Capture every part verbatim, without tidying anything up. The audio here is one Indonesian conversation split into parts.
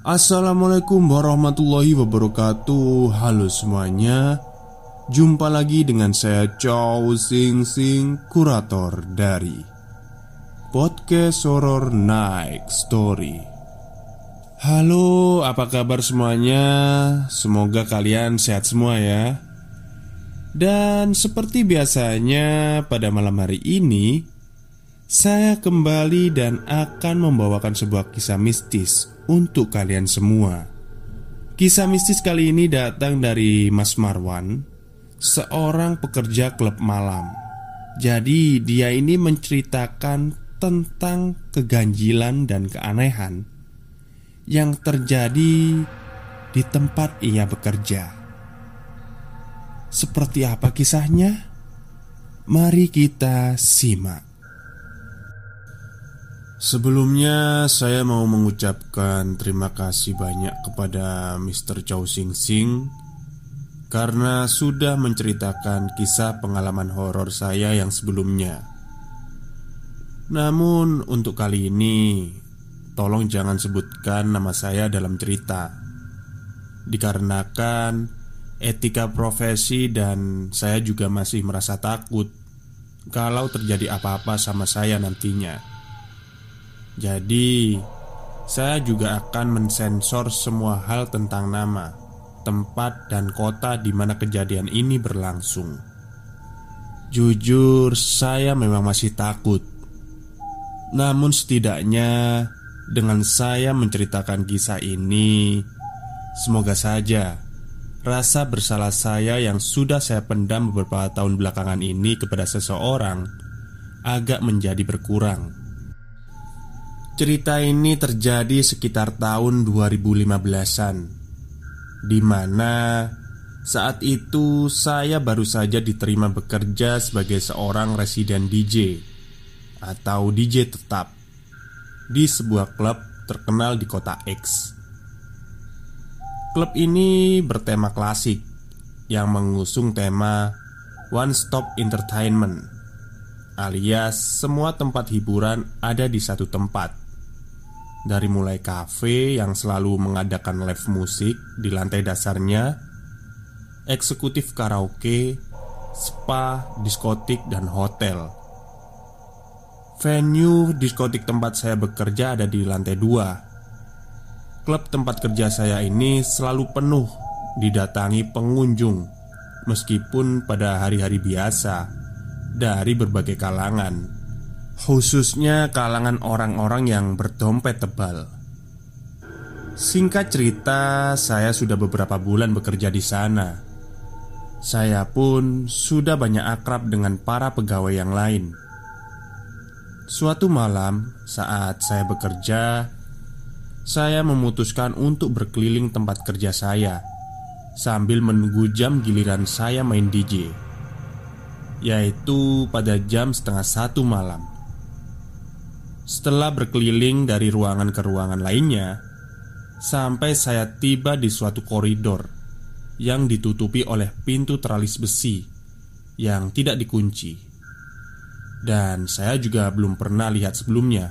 Assalamualaikum warahmatullahi wabarakatuh. Halo semuanya. Jumpa lagi dengan saya Chow Sing Sing, kurator dari Podcast Horror Night Story. Halo, apa kabar semuanya? Semoga kalian sehat semua ya. Dan seperti biasanya pada malam hari ini, saya kembali dan akan membawakan sebuah kisah mistis untuk kalian semua. Kisah mistis kali ini datang dari Mas Marwan, seorang pekerja klub malam. Jadi dia ini menceritakan tentang keganjilan dan keanehan yang terjadi di tempat ia bekerja. Seperti apa kisahnya? Mari kita simak. Sebelumnya saya mau mengucapkan terima kasih banyak kepada mister Chow Sing Sing karena sudah menceritakan kisah pengalaman horor saya yang sebelumnya. Namun untuk kali ini, tolong jangan sebutkan nama saya dalam cerita, dikarenakan etika profesi dan saya juga masih merasa takut kalau terjadi apa-apa sama saya nantinya. Jadi, saya juga akan mensensor semua hal tentang nama, tempat, dan kota di mana kejadian ini berlangsung. Jujur, saya memang masih takut. Namun setidaknya dengan saya menceritakan kisah ini, semoga saja rasa bersalah saya yang sudah saya pendam beberapa tahun belakangan ini kepada seseorang agak menjadi berkurang. Cerita ini terjadi sekitar tahun dua ribu lima belasan, di mana saat itu saya baru saja diterima bekerja sebagai seorang residen D J atau D J tetap di sebuah klub terkenal di kota X. Klub ini bertema klasik yang mengusung tema One Stop Entertainment, alias semua tempat hiburan ada di satu tempat. Dari mulai kafe yang selalu mengadakan live musik di lantai dasarnya, eksekutif karaoke, spa, diskotik, dan hotel. Venue diskotik tempat saya bekerja ada di lantai dua. Klub tempat kerja saya ini selalu penuh didatangi pengunjung, meskipun pada hari-hari biasa, dari berbagai kalangan, khususnya kalangan orang-orang yang berdompet tebal. Singkat cerita, saya sudah beberapa bulan bekerja di sana. Saya pun sudah banyak akrab dengan para pegawai yang lain. Suatu malam, saat saya bekerja, saya memutuskan untuk berkeliling tempat kerja saya sambil menunggu jam giliran saya main D J, yaitu pada jam setengah satu malam. Setelah berkeliling dari ruangan ke ruangan lainnya, sampai saya tiba di suatu koridor yang ditutupi oleh pintu teralis besi yang tidak dikunci, dan saya juga belum pernah lihat sebelumnya.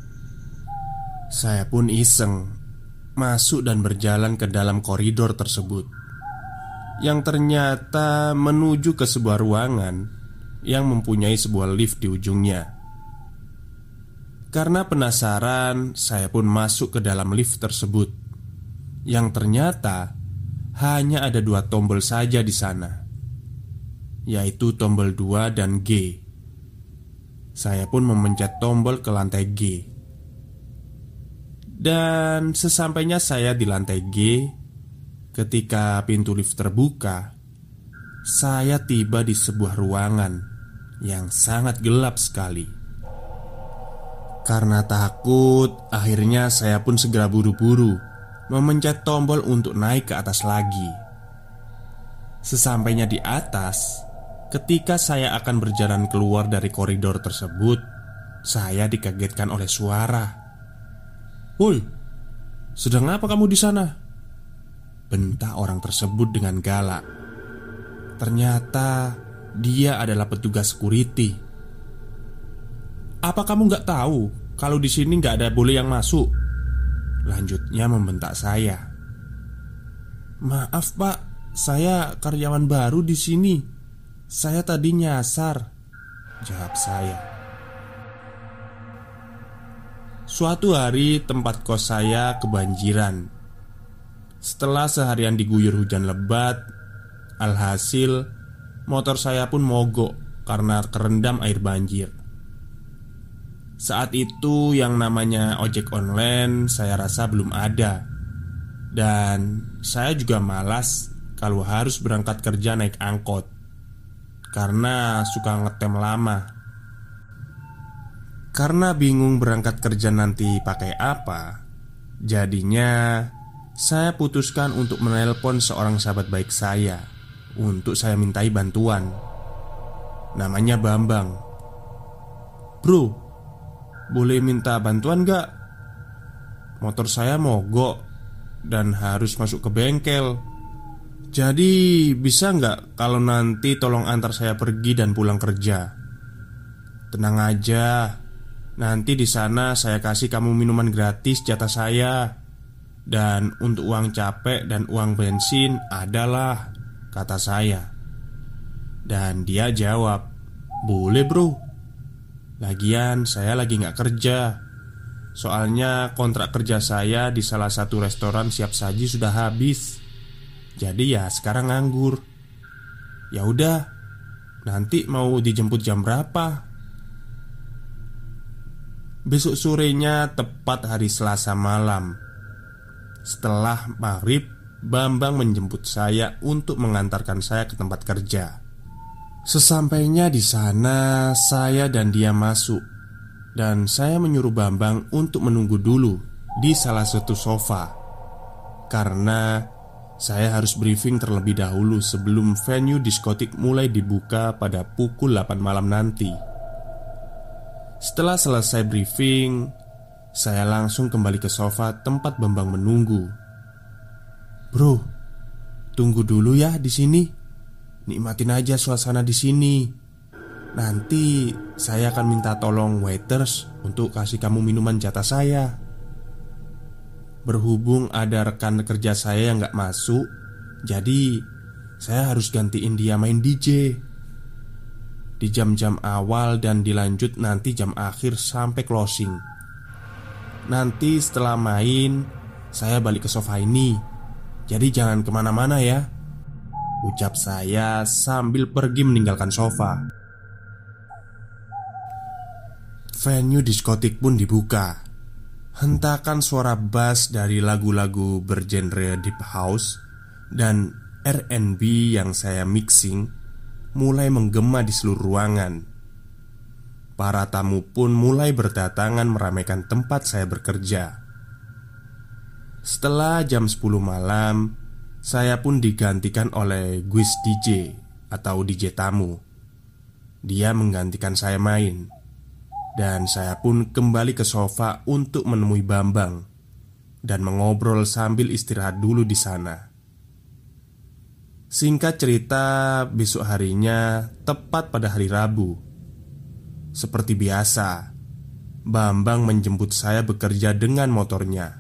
Saya pun iseng masuk dan berjalan ke dalam koridor tersebut, yang ternyata menuju ke sebuah ruangan yang mempunyai sebuah lift di ujungnya. Karena penasaran, saya pun masuk ke dalam lift tersebut, yang ternyata hanya ada dua tombol saja di sana, yaitu tombol dua dan G. Saya pun memencet tombol ke lantai G. Dan sesampainya saya di lantai G, ketika pintu lift terbuka, saya tiba di sebuah ruangan yang sangat gelap sekali. Karena takut, akhirnya saya pun segera buru-buru memencet tombol untuk naik ke atas lagi. Sesampainya di atas, ketika saya akan berjalan keluar dari koridor tersebut, saya dikagetkan oleh suara. "Woi, sedang apa kamu di sana?" bentak orang tersebut dengan galak. Ternyata dia adalah petugas security. "Apa kamu nggak tahu kalau di sini nggak ada boleh yang masuk?" Lanjutnya membentak saya. "Maaf pak, saya karyawan baru di sini. Saya tadi nyasar," jawab saya. Suatu hari tempat kos saya kebanjiran. Setelah seharian diguyur hujan lebat, alhasil motor saya pun mogok karena kerendam air banjir. Saat itu yang namanya ojek online saya rasa belum ada. Dan saya juga malas kalau harus berangkat kerja naik angkot, karena suka ngetem lama. Karena bingung berangkat kerja nanti pakai apa, jadinya saya putuskan untuk menelpon seorang sahabat baik saya untuk saya mintai bantuan. Namanya Bambang. "Bro, boleh minta bantuan gak? Motor saya mogok dan harus masuk ke bengkel. Jadi bisa nggak kalau nanti tolong antar saya pergi dan pulang kerja? Tenang aja, nanti di sana saya kasih kamu minuman gratis jatah saya. Dan untuk uang capek dan uang bensin adalah," kata saya. Dan dia jawab, "Boleh bro. Lagian saya lagi gak kerja. Soalnya kontrak kerja saya di salah satu restoran siap saji sudah habis. Jadi ya sekarang nganggur. Ya udah, nanti mau dijemput jam berapa?" Besok sorenya tepat hari Selasa malam, setelah maghrib, Bambang menjemput saya untuk mengantarkan saya ke tempat kerja. Sesampainya di sana, saya dan dia masuk, dan saya menyuruh Bambang untuk menunggu dulu di salah satu sofa, karena saya harus briefing terlebih dahulu sebelum venue diskotik mulai dibuka pada pukul delapan malam nanti. Setelah selesai briefing, saya langsung kembali ke sofa tempat Bambang menunggu. "Bro, tunggu dulu ya di sini. Nikmatin aja suasana di sini. Nanti saya akan minta tolong waiters untuk kasih kamu minuman jatah saya. Berhubung ada rekan kerja saya yang gak masuk, jadi saya harus gantiin dia main D J di jam-jam awal dan dilanjut nanti jam akhir sampai closing. Nanti setelah main, saya balik ke sofa ini. Jadi jangan kemana-mana ya," ucap saya sambil pergi meninggalkan sofa. Venue diskotik pun dibuka. Hentakan suara bass dari lagu-lagu bergenre deep house dan R and B yang saya mixing mulai menggema di seluruh ruangan. Para tamu pun mulai berdatangan meramaikan tempat saya bekerja. Setelah jam sepuluh malam, saya pun digantikan oleh Guis D J atau D J tamu. Dia menggantikan saya main, dan saya pun kembali ke sofa untuk menemui Bambang dan mengobrol sambil istirahat dulu di sana. Singkat cerita, besok harinya tepat pada hari Rabu, seperti biasa, Bambang menjemput saya bekerja dengan motornya.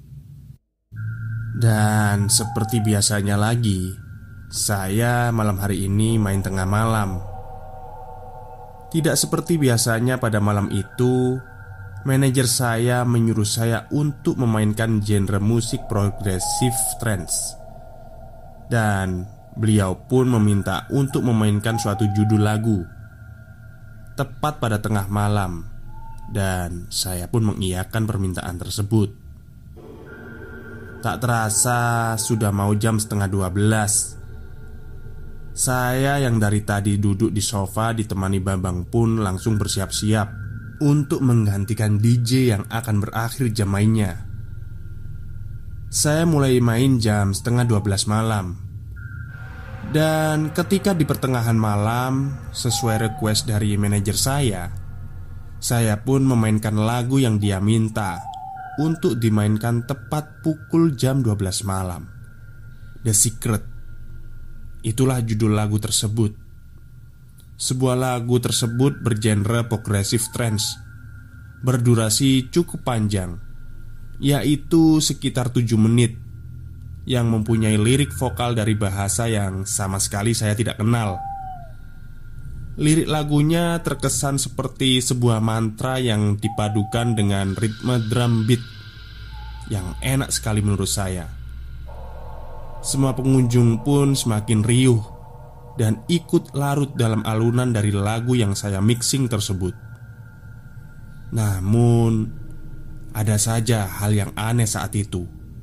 Dan seperti biasanya lagi, saya malam hari ini main tengah malam. Tidak seperti biasanya pada malam itu, manajer saya menyuruh saya untuk memainkan genre musik progressive trance. Dan beliau pun meminta untuk memainkan suatu judul lagu tepat pada tengah malam. Dan saya pun mengiyakan permintaan tersebut. Tak terasa sudah mau jam setengah dua belas. Saya yang dari tadi duduk di sofa ditemani Bambang pun langsung bersiap-siap untuk menggantikan D J yang akan berakhir jam mainnya. Saya mulai main jam setengah dua belas malam. Dan ketika di pertengahan malam, sesuai request dari manajer saya, saya pun memainkan lagu yang dia minta untuk dimainkan tepat pukul jam dua belas malam. The Secret, itulah judul lagu tersebut. Sebuah lagu tersebut bergenre progressive trance, berdurasi cukup panjang, yaitu sekitar tujuh menit, yang mempunyai lirik vokal dari bahasa yang sama sekali saya tidak kenal. Lirik lagunya terkesan seperti sebuah mantra yang dipadukan dengan ritme drum beat yang enak sekali menurut saya. Semua pengunjung pun semakin riuh dan ikut larut dalam alunan dari lagu yang saya mixing tersebut. Namun, ada saja hal yang aneh saat itu.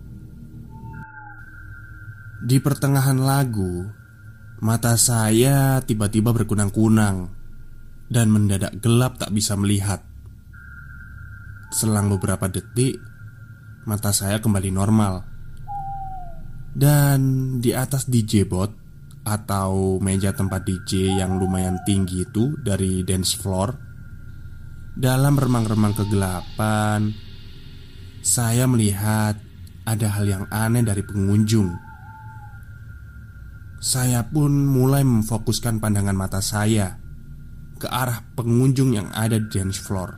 Di pertengahan lagu, mata saya tiba-tiba berkunang-kunang dan mendadak gelap tak bisa melihat. Selang beberapa detik, mata saya kembali normal. Dan di atas D J bot atau meja tempat D J yang lumayan tinggi itu dari dance floor, dalam remang-remang kegelapan, saya melihat ada hal yang aneh dari pengunjung. Saya pun mulai memfokuskan pandangan mata saya ke arah pengunjung yang ada di dance floor.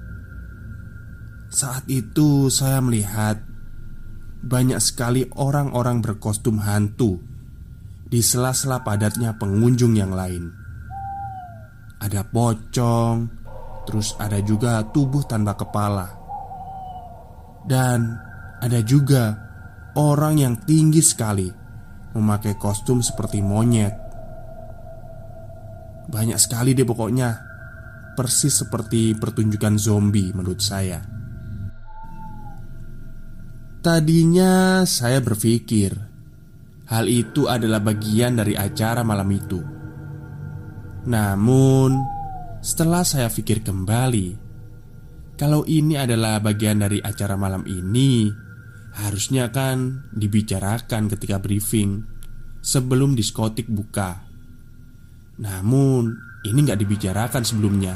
Saat itu saya melihat banyak sekali orang-orang berkostum hantu di sela-sela padatnya pengunjung yang lain. Ada pocong, terus ada juga tubuh tanpa kepala, dan ada juga orang yang tinggi sekali memakai kostum seperti monyet. Banyak sekali deh pokoknya, persis seperti pertunjukan zombie menurut saya. Tadinya saya berpikir hal itu adalah bagian dari acara malam itu. Namun setelah saya pikir kembali, kalau ini adalah bagian dari acara malam ini, harusnya kan dibicarakan ketika briefing sebelum diskotik buka. Namun ini gak dibicarakan sebelumnya.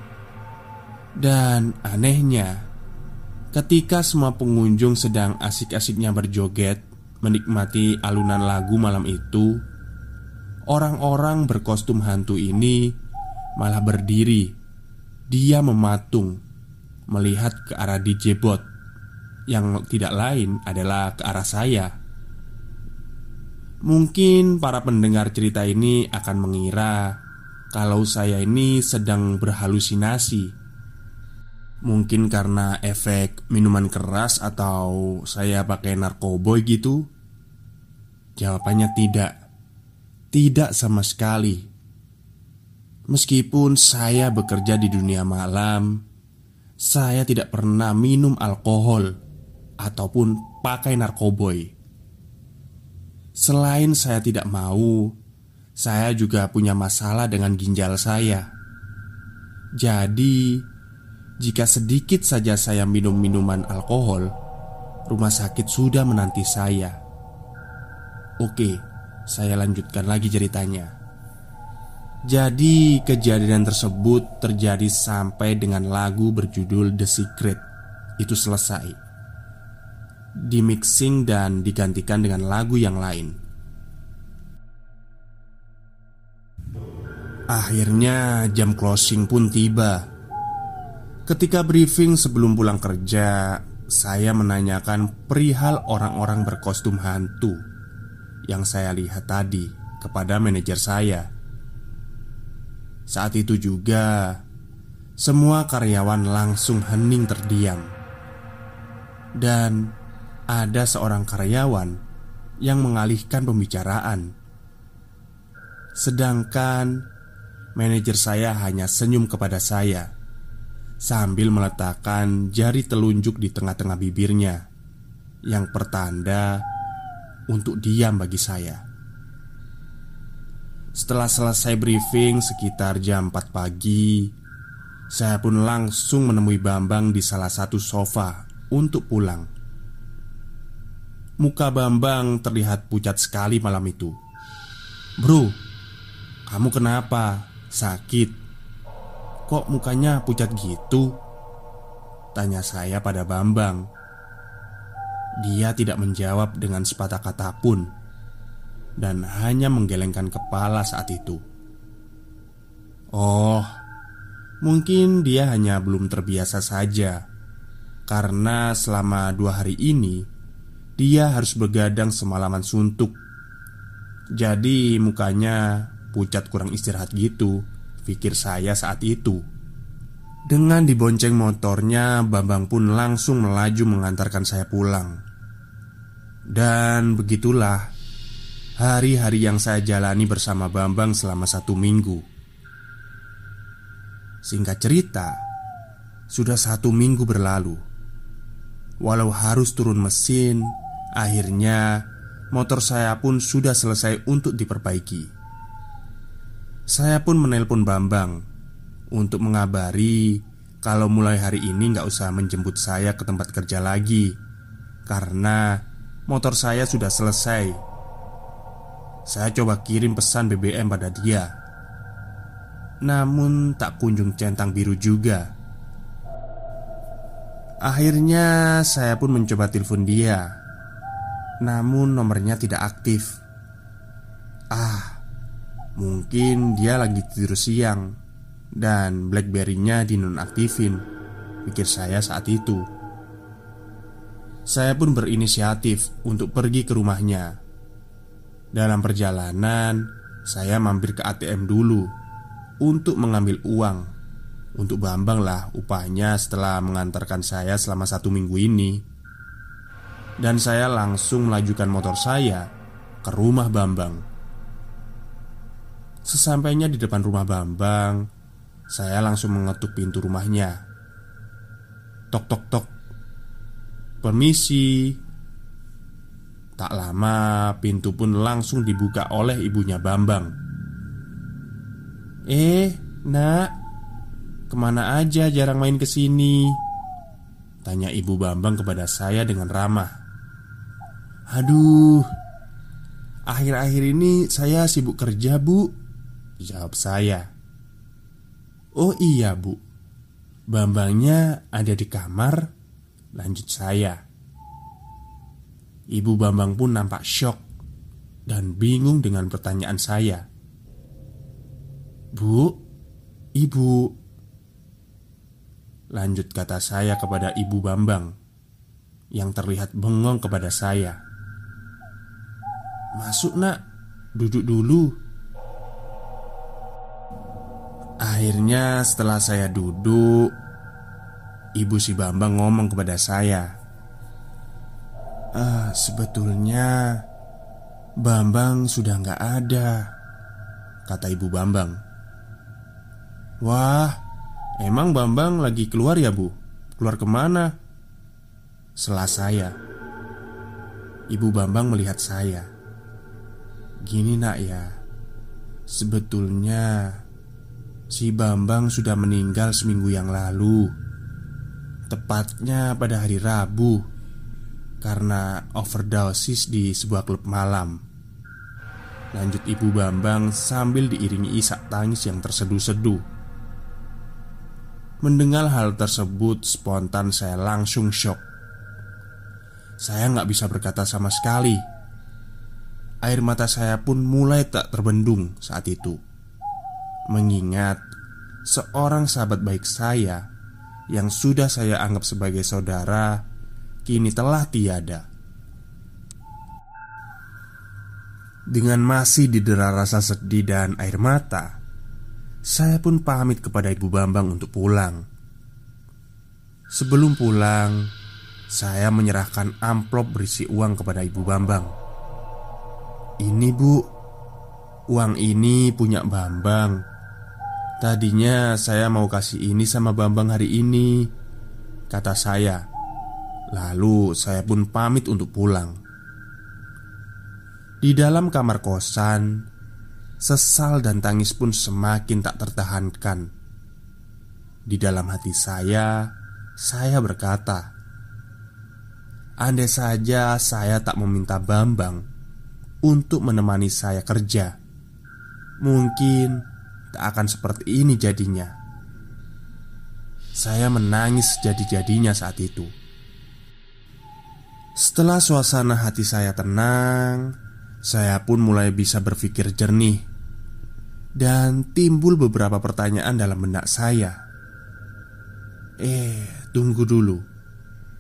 Dan anehnya, ketika semua pengunjung sedang asik-asiknya berjoget menikmati alunan lagu malam itu, orang-orang berkostum hantu ini malah berdiri, dia mematung, melihat ke arah D J bot yang tidak lain adalah ke arah saya. Mungkin para pendengar cerita ini akan mengira kalau saya ini sedang berhalusinasi. Mungkin karena efek minuman keras atau saya pakai narkoboy gitu. Jawabannya tidak. Tidak sama sekali. Meskipun saya bekerja di dunia malam, saya tidak pernah minum alkohol ataupun pakai narkoboy. Selain saya tidak mau, saya juga punya masalah dengan ginjal saya. Jadi, jika sedikit saja saya minum minuman alkohol, rumah sakit sudah menanti saya. Oke, saya lanjutkan lagi ceritanya. Jadi, kejadian tersebut terjadi sampai dengan lagu berjudul The Secret itu selesai, dimixing dan digantikan dengan lagu yang lain. Akhirnya jam closing pun tiba. Ketika briefing sebelum pulang kerja, saya menanyakan perihal orang-orang berkostum hantu yang saya lihat tadi kepada manajer saya. Saat itu juga semua karyawan langsung hening terdiam. Dan ada seorang karyawan yang mengalihkan pembicaraan, sedangkan manajer saya hanya senyum kepada saya sambil meletakkan jari telunjuk di tengah-tengah bibirnya yang pertanda untuk diam bagi saya. Setelah selesai briefing sekitar jam empat pagi, saya pun langsung menemui Bambang di salah satu sofa untuk pulang. Muka Bambang terlihat pucat sekali malam itu. "Bro, kamu kenapa? Sakit? Kok mukanya pucat gitu?" tanya saya pada Bambang. Dia tidak menjawab dengan sepatah kata pun dan hanya menggelengkan kepala saat itu. Oh, mungkin dia hanya belum terbiasa saja karena selama dua hari ini dia harus begadang semalaman suntuk. Jadi mukanya pucat kurang istirahat gitu, pikir saya saat itu. Dengan dibonceng motornya, Bambang pun langsung melaju mengantarkan saya pulang. Dan begitulah hari-hari yang saya jalani bersama Bambang selama satu minggu. Singkat cerita, sudah satu minggu berlalu. Walau harus turun mesin, akhirnya motor saya pun sudah selesai untuk diperbaiki. Saya pun menelpon Bambang untuk mengabari kalau mulai hari ini nggak usah menjemput saya ke tempat kerja lagi, karena motor saya sudah selesai. Saya coba kirim pesan B B M pada dia, namun tak kunjung centang biru juga. Akhirnya saya pun mencoba telepon dia, namun nomornya tidak aktif. Ah, mungkin dia lagi tidur siang dan BlackBerry-nya dinonaktifin, pikir saya saat itu. Saya pun berinisiatif untuk pergi ke rumahnya. Dalam perjalanan, saya mampir ke A T M dulu untuk mengambil uang untuk Bambang lah upahnya setelah mengantarkan saya selama satu minggu ini. Dan saya langsung melajukan motor saya ke rumah Bambang. Sesampainya di depan rumah Bambang, saya langsung mengetuk pintu rumahnya. Tok tok tok. Permisi. Tak lama pintu pun langsung dibuka oleh ibunya Bambang. "Eh, nak, kemana aja jarang main kesini?" tanya ibu Bambang kepada saya dengan ramah. "Aduh, akhir-akhir ini saya sibuk kerja, Bu," jawab saya. "Oh iya, Bu, Bambangnya ada di kamar," lanjut saya. Ibu Bambang pun nampak syok dan bingung dengan pertanyaan saya. "Bu, Ibu," lanjut kata saya kepada ibu Bambang yang terlihat bengong kepada saya. "Masuk, nak, duduk dulu." Akhirnya setelah saya duduk, ibu si Bambang ngomong kepada saya, "Ah, sebetulnya Bambang sudah nggak ada," kata ibu Bambang. "Wah, emang Bambang lagi keluar ya, Bu? Keluar kemana?" sela saya. Ibu Bambang melihat saya. "Gini, nak ya, sebetulnya si Bambang sudah meninggal seminggu yang lalu, tepatnya pada hari Rabu, karena overdosis di sebuah klub malam," lanjut ibu Bambang sambil diiringi isak tangis yang terseduh-seduh. Mendengar hal tersebut, spontan saya langsung syok. Saya nggak bisa berkata sama sekali. Air mata saya pun mulai tak terbendung saat itu, mengingat seorang sahabat baik saya yang sudah saya anggap sebagai saudara kini telah tiada. Dengan masih didera rasa sedih dan air mata, saya pun pamit kepada ibu Bambang untuk pulang. Sebelum pulang, saya menyerahkan amplop berisi uang kepada ibu Bambang. "Ini, Bu, uang ini punya Bambang. Tadinya saya mau kasih ini sama Bambang hari ini," kata saya. Lalu saya pun pamit untuk pulang. Di dalam kamar kosan, sesal dan tangis pun semakin tak tertahankan. Di dalam hati saya, saya berkata, andai saja saya tak meminta Bambang untuk menemani saya kerja, mungkin tak akan seperti ini jadinya. Saya menangis jadi-jadinya saat itu. Setelah suasana hati saya tenang, saya pun mulai bisa berpikir jernih. Dan timbul beberapa pertanyaan dalam benak saya. Eh, tunggu dulu.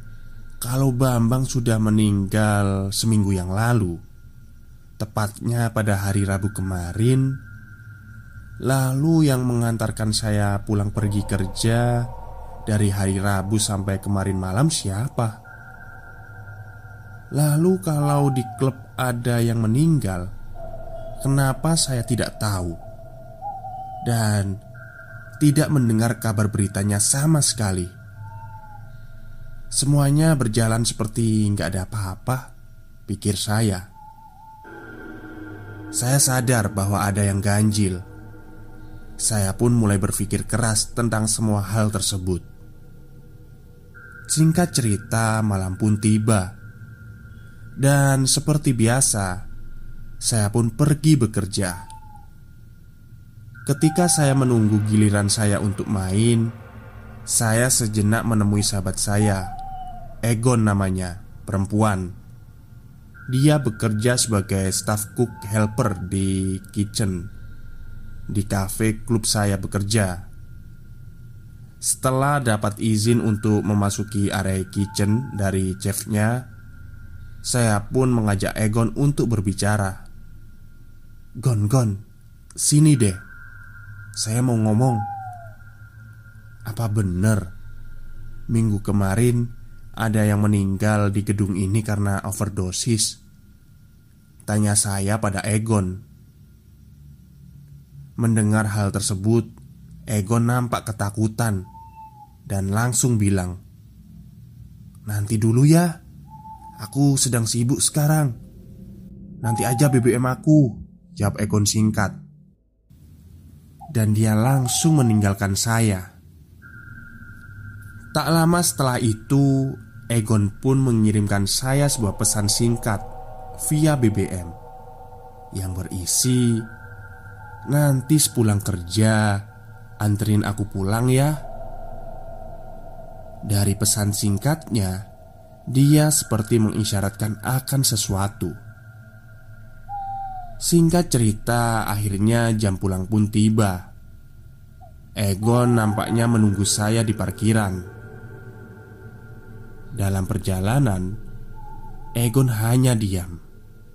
kalau Bambang sudah meninggal seminggu yang lalu, tepatnya pada hari Rabu kemarin. Lalu yang mengantarkan saya pulang pergi kerja dari hari Rabu sampai kemarin malam siapa? Lalu kalau di klub ada yang meninggal, kenapa saya tidak tahu dan tidak mendengar kabar beritanya sama sekali? Semuanya berjalan seperti nggak ada apa-apa, pikir saya. Saya sadar bahwa ada yang ganjil. Saya pun mulai berpikir keras tentang semua hal tersebut. Singkat cerita, malam pun tiba. Dan seperti biasa, saya pun pergi bekerja. Ketika saya menunggu giliran saya untuk main, saya sejenak menemui sahabat saya, Egon namanya, perempuan. Dia bekerja sebagai staff cook helper di kitchen di kafe klub saya bekerja. Setelah dapat izin untuk memasuki area kitchen dari chefnya, saya pun mengajak Egon untuk berbicara. "Gon, Gon, sini deh. Saya mau ngomong. Apa bener minggu kemarin ada yang meninggal di gedung ini karena overdosis?" tanya saya pada Egon. Mendengar hal tersebut, Egon nampak ketakutan dan langsung bilang, "Nanti dulu ya, aku sedang sibuk sekarang. Nanti aja B B M aku," jawab Egon singkat. Dan dia langsung meninggalkan saya. Tak lama setelah itu, Egon pun mengirimkan saya sebuah pesan singkat via B B M yang berisi, "Nanti sepulang kerja, anterin aku pulang ya." Dari pesan singkatnya, dia seperti mengisyaratkan akan sesuatu. Singkat cerita, akhirnya jam pulang pun tiba. Egon nampaknya menunggu saya di parkiran. Dalam perjalanan, Egon hanya diam.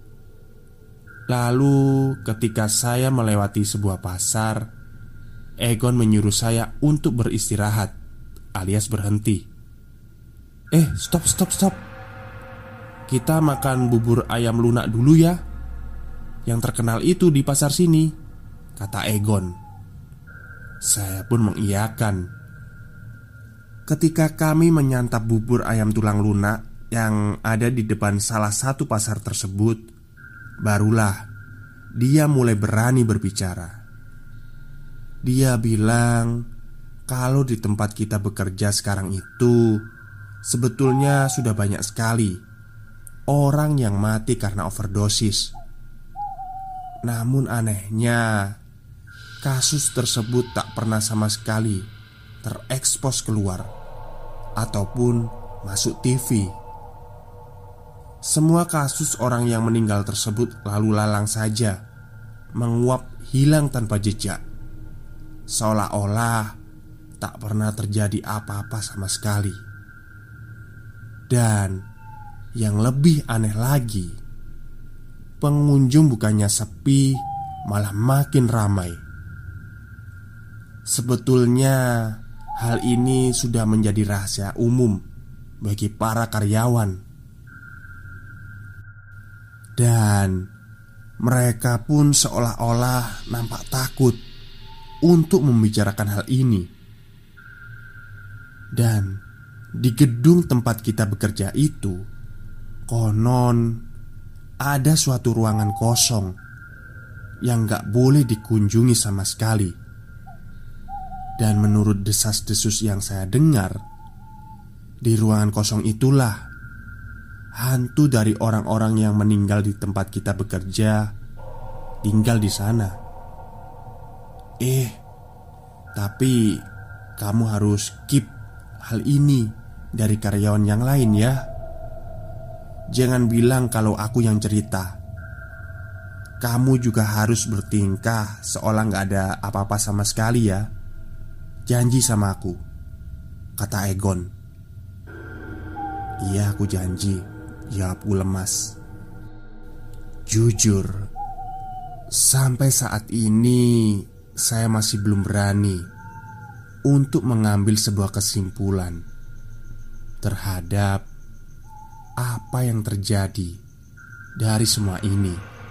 Lalu ketika saya melewati sebuah pasar, Egon menyuruh saya untuk beristirahat alias berhenti. "Eh, stop, stop, stop. Kita makan bubur ayam lunak dulu ya, yang terkenal itu di pasar sini," kata Egon. Saya pun mengiyakan. Ketika kami menyantap bubur ayam tulang lunak yang ada di depan salah satu pasar tersebut, barulah dia mulai berani berbicara. Dia bilang kalau di tempat kita bekerja sekarang itu sebetulnya sudah banyak sekali orang yang mati karena overdosis. Namun anehnya, kasus tersebut tak pernah sama sekali terekspos keluar ataupun masuk T V. Semua kasus orang yang meninggal tersebut lalu lalang saja, menguap hilang tanpa jejak, seolah-olah tak pernah terjadi apa-apa sama sekali. Dan yang lebih aneh lagi, pengunjung bukannya sepi, malah makin ramai. Sebetulnya hal ini sudah menjadi rahasia umum bagi para karyawan. Dan mereka pun seolah-olah nampak takut untuk membicarakan hal ini. Dan di gedung tempat kita bekerja itu, konon ada suatu ruangan kosong yang gak boleh dikunjungi sama sekali. Dan menurut desas-desus yang saya dengar, di ruangan kosong itulah hantu dari orang-orang yang meninggal di tempat kita bekerja tinggal di sana. Eh, tapi kamu harus keep hal ini dari karyawan yang lain ya. Jangan bilang kalau aku yang cerita. Kamu juga harus bertingkah seolah gak ada apa-apa sama sekali ya. Janji sama aku, kata Egon. "Iya, aku janji," jawabku lemas. Jujur, sampai saat ini saya masih belum berani untuk mengambil sebuah kesimpulan terhadap apa yang terjadi dari semua ini.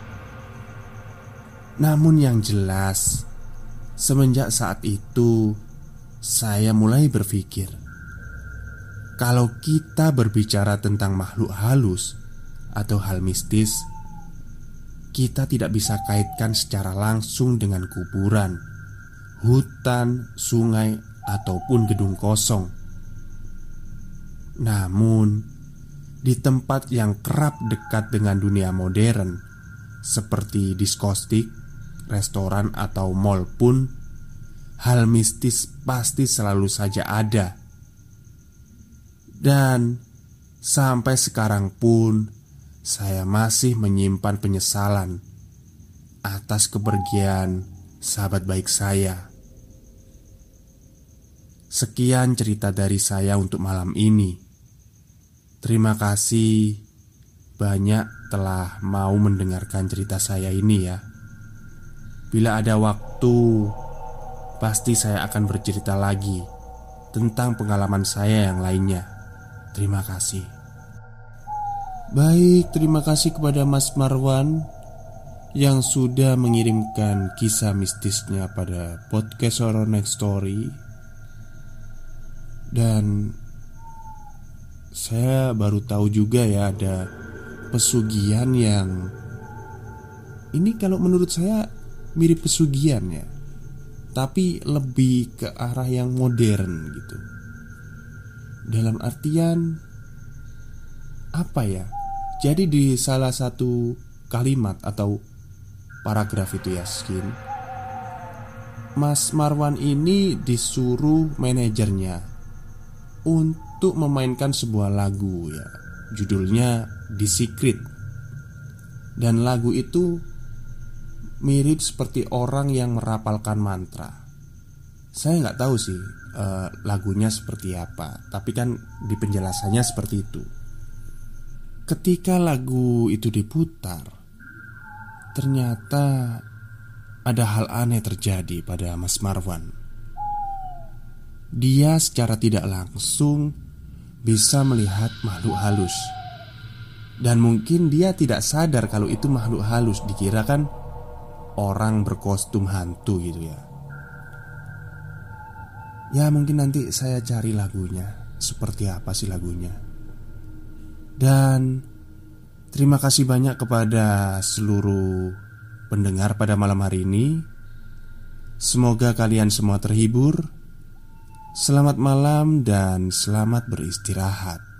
Namun yang jelas, semenjak saat itu saya mulai berpikir, kalau kita berbicara tentang makhluk halus atau hal mistis, kita tidak bisa kaitkan secara langsung dengan kuburan, hutan, sungai, ataupun gedung kosong. Namun, di tempat yang kerap dekat dengan dunia modern, seperti diskotik, restoran, atau mall pun, hal mistis pasti selalu saja ada. Dan sampai sekarang pun saya masih menyimpan penyesalan atas kepergian sahabat baik saya. Sekian cerita dari saya untuk malam ini. Terima kasih banyak telah mau mendengarkan cerita saya ini ya. Bila ada waktu, pasti saya akan bercerita lagi tentang pengalaman saya yang lainnya. Terima kasih. Baik, terima kasih kepada Mas Marwan yang sudah mengirimkan kisah mistisnya pada podcast Horror Next Story. Dan saya baru tahu juga ya ada pesugihan yang ini kalau menurut saya mirip pesugihan ya, tapi lebih ke arah yang modern gitu. Dalam artian apa ya? Jadi di salah satu kalimat atau paragraf itu ya, Skin, Mas Marwan ini disuruh manajernya untuk memainkan sebuah lagu ya, judulnya The Secret. Dan lagu itu mirip seperti orang yang merapalkan mantra. Saya nggak tahu sih uh, lagunya seperti apa, tapi kan di penjelasannya seperti itu. Ketika lagu itu diputar, ternyata ada hal aneh terjadi pada Mas Marwan. Dia secara tidak langsung bisa melihat makhluk halus. Dan mungkin dia tidak sadar kalau itu makhluk halus, dikira kan orang berkostum hantu gitu ya. Ya mungkin nanti saya cari lagunya, seperti apa sih lagunya. Dan terima kasih banyak kepada seluruh pendengar pada malam hari ini. Semoga kalian semua terhibur. Selamat malam dan selamat beristirahat.